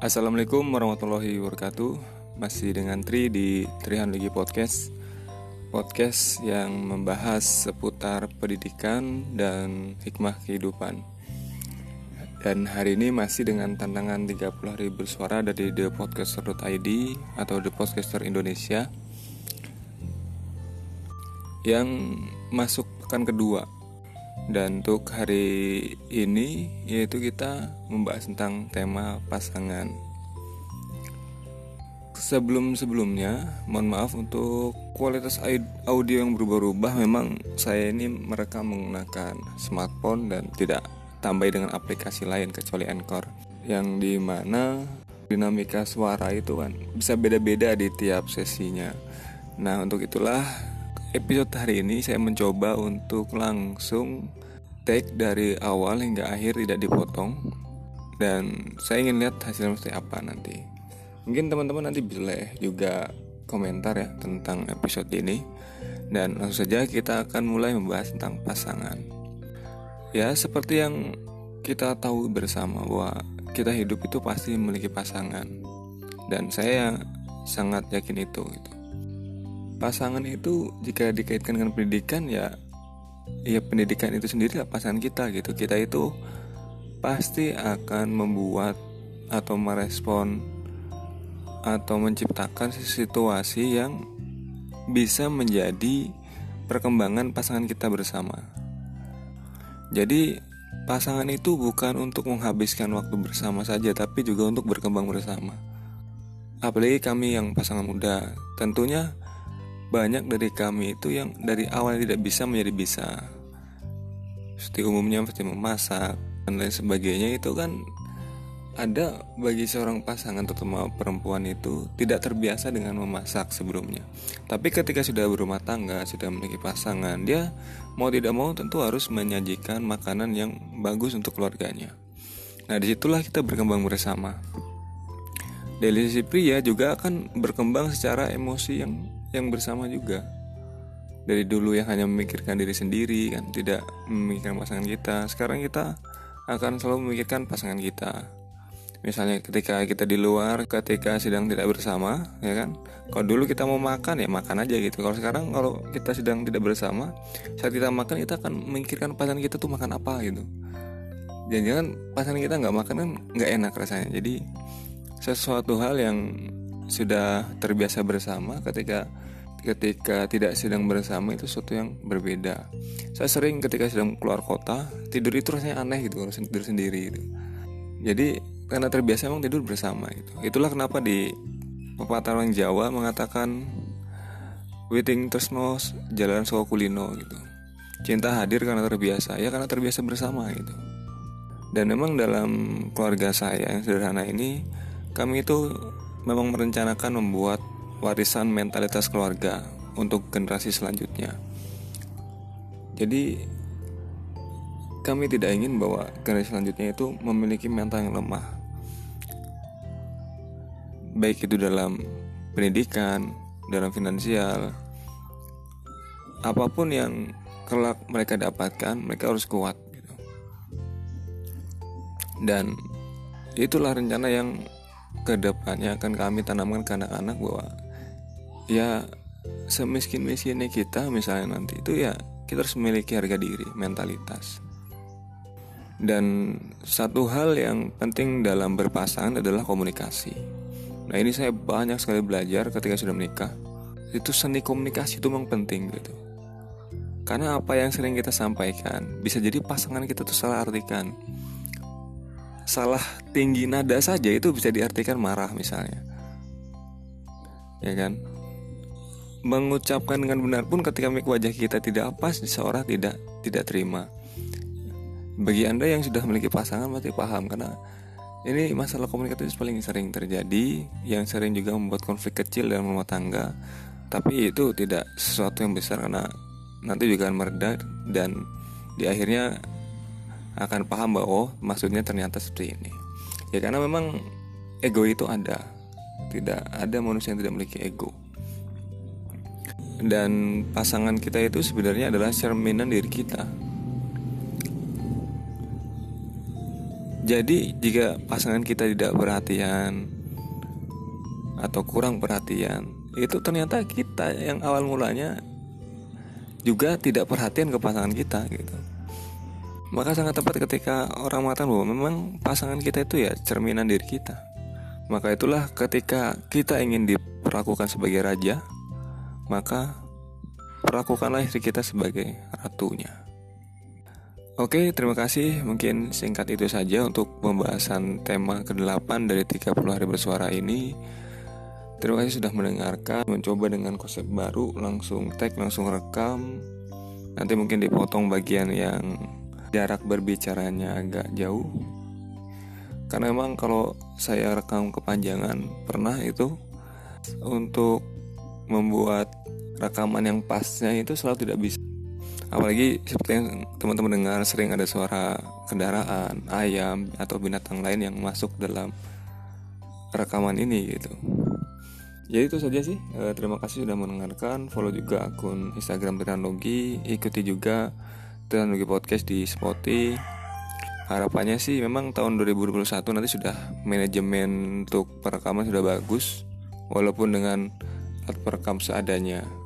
Assalamualaikum warahmatullahi wabarakatuh. Masih dengan Tri di Trihanligi Podcast. Podcast yang membahas seputar pendidikan dan hikmah kehidupan. Dan hari ini masih dengan tantangan 30 hari bersuara dari thepodcaster.id atau The Podcaster Indonesia yang masuk pekan kedua. Dan untuk hari ini yaitu kita membahas tentang tema pasangan. Sebelumnya mohon maaf untuk kualitas audio yang berubah-ubah. Memang saya ini merekam menggunakan smartphone dan tidak tambah dengan aplikasi lain kecuali Anchor, yang dimana dinamika suara itu kan bisa beda-beda di tiap sesinya. Nah, untuk itulah episode hari ini saya mencoba untuk langsung take dari awal hingga akhir, tidak dipotong. Dan saya ingin lihat hasilnya seperti apa nanti. Mungkin teman-teman nanti boleh juga komentar ya tentang episode ini. Dan langsung saja kita akan mulai membahas tentang pasangan. Ya, seperti yang kita tahu bersama bahwa kita hidup itu pasti memiliki pasangan. Dan saya sangat yakin itu gitu. Pasangan itu jika dikaitkan dengan pendidikan ya pendidikan itu sendiri lah pasangan kita gitu. Kita itu pasti akan membuat atau merespon atau menciptakan situasi yang bisa menjadi perkembangan pasangan kita bersama. Jadi pasangan itu bukan untuk menghabiskan waktu bersama saja, tapi juga untuk berkembang bersama. Apalagi kami yang pasangan muda, tentunya banyak dari kami itu yang dari awal tidak bisa menjadi bisa. Seperti umumnya seperti memasak dan lain sebagainya, itu kan ada bagi seorang pasangan terutama perempuan itu tidak terbiasa dengan memasak sebelumnya. Tapi ketika sudah berumah tangga, sudah memiliki pasangan, dia mau tidak mau tentu harus menyajikan makanan yang bagus untuk keluarganya. Nah, disitulah kita berkembang bersama. Dari sisi pria juga akan berkembang secara emosi yang bersama juga. Dari dulu yang hanya memikirkan diri sendiri kan, tidak memikirkan pasangan kita, sekarang kita akan selalu memikirkan pasangan kita. Misalnya ketika kita di luar, ketika sedang tidak bersama, ya kan. Kalau dulu kita mau makan ya makan aja gitu. Kalau sekarang kalau kita sedang tidak bersama, saat kita makan kita akan memikirkan pasangan kita tuh makan apa gitu. Jangan-jangan pasangan kita nggak makan kan nggak enak rasanya. Jadi sesuatu hal yang sudah terbiasa bersama, ketika tidak sedang bersama itu sesuatu yang berbeda. Saya sering ketika sedang keluar kota tidur itu rasanya aneh gitu kalau tidur sendiri gitu. Jadi karena terbiasa memang tidur bersama gitu. Itulah kenapa di pepatah orang Jawa mengatakan witing tresno jalanan saka kulino gitu. Cinta hadir karena terbiasa, ya karena terbiasa bersama gitu. Dan memang dalam keluarga saya yang sederhana ini, kami itu memang merencanakan membuat warisan mentalitas keluarga untuk generasi selanjutnya. Jadi kami tidak ingin bahwa generasi selanjutnya itu memiliki mental yang lemah, baik itu dalam pendidikan, dalam finansial, apapun yang kelak mereka dapatkan, mereka harus kuat gitu. Dan itulah rencana yang kedepannya akan kami tanamkan ke anak-anak, bahwa ya semiskin-miskinnya kita misalnya nanti itu ya kita harus memiliki harga diri, mentalitas. Dan satu hal yang penting dalam berpasangan adalah komunikasi. Nah, ini saya banyak sekali belajar ketika sudah menikah. Itu seni komunikasi itu memang penting gitu. Karena apa yang sering kita sampaikan bisa jadi pasangan kita tuh salah artikan. Salah tinggi nada saja itu bisa diartikan marah misalnya. Ya kan? Mengucapkan dengan benar pun ketika wajah kita tidak pas, seseorang tidak terima. Bagi Anda yang sudah memiliki pasangan pasti paham, karena ini masalah komunikasi paling sering terjadi, yang sering juga membuat konflik kecil dalam rumah tangga. Tapi itu tidak sesuatu yang besar, karena nanti juga akan mereda dan di akhirnya akan paham bahwa maksudnya ternyata seperti ini. Ya karena memang ego itu ada. Tidak ada manusia yang tidak memiliki ego. Dan pasangan kita itu sebenarnya adalah cerminan diri kita. Jadi jika pasangan kita tidak perhatian atau kurang perhatian, itu ternyata kita yang awal mulanya juga tidak perhatian ke pasangan kita gitu. Maka sangat tepat ketika orang mengatakan bahwa memang pasangan kita itu ya cerminan diri kita. Maka itulah ketika kita ingin diperlakukan sebagai raja, maka perlakukanlah istri kita sebagai ratunya. Oke, terima kasih. Mungkin singkat itu saja untuk pembahasan tema ke-8 dari 30 hari bersuara ini. Terima kasih sudah mendengarkan. Mencoba dengan konsep baru, langsung tag, langsung rekam. Nanti mungkin dipotong bagian yang jarak berbicaranya agak jauh. Karena memang kalau saya rekam kepanjangan, pernah itu untuk membuat rekaman yang pasnya itu selalu tidak bisa. Apalagi seperti yang teman-teman dengar, sering ada suara kendaraan, ayam, atau binatang lain yang masuk dalam rekaman ini gitu. Jadi itu saja sih. Terima kasih sudah mendengarkan. Follow juga akun Instagram Teknologi. Ikuti juga Teknologi Podcast di Spotify. Harapannya sih memang tahun 2021 nanti sudah manajemen untuk perekaman sudah bagus, walaupun dengan alat perekam seadanya.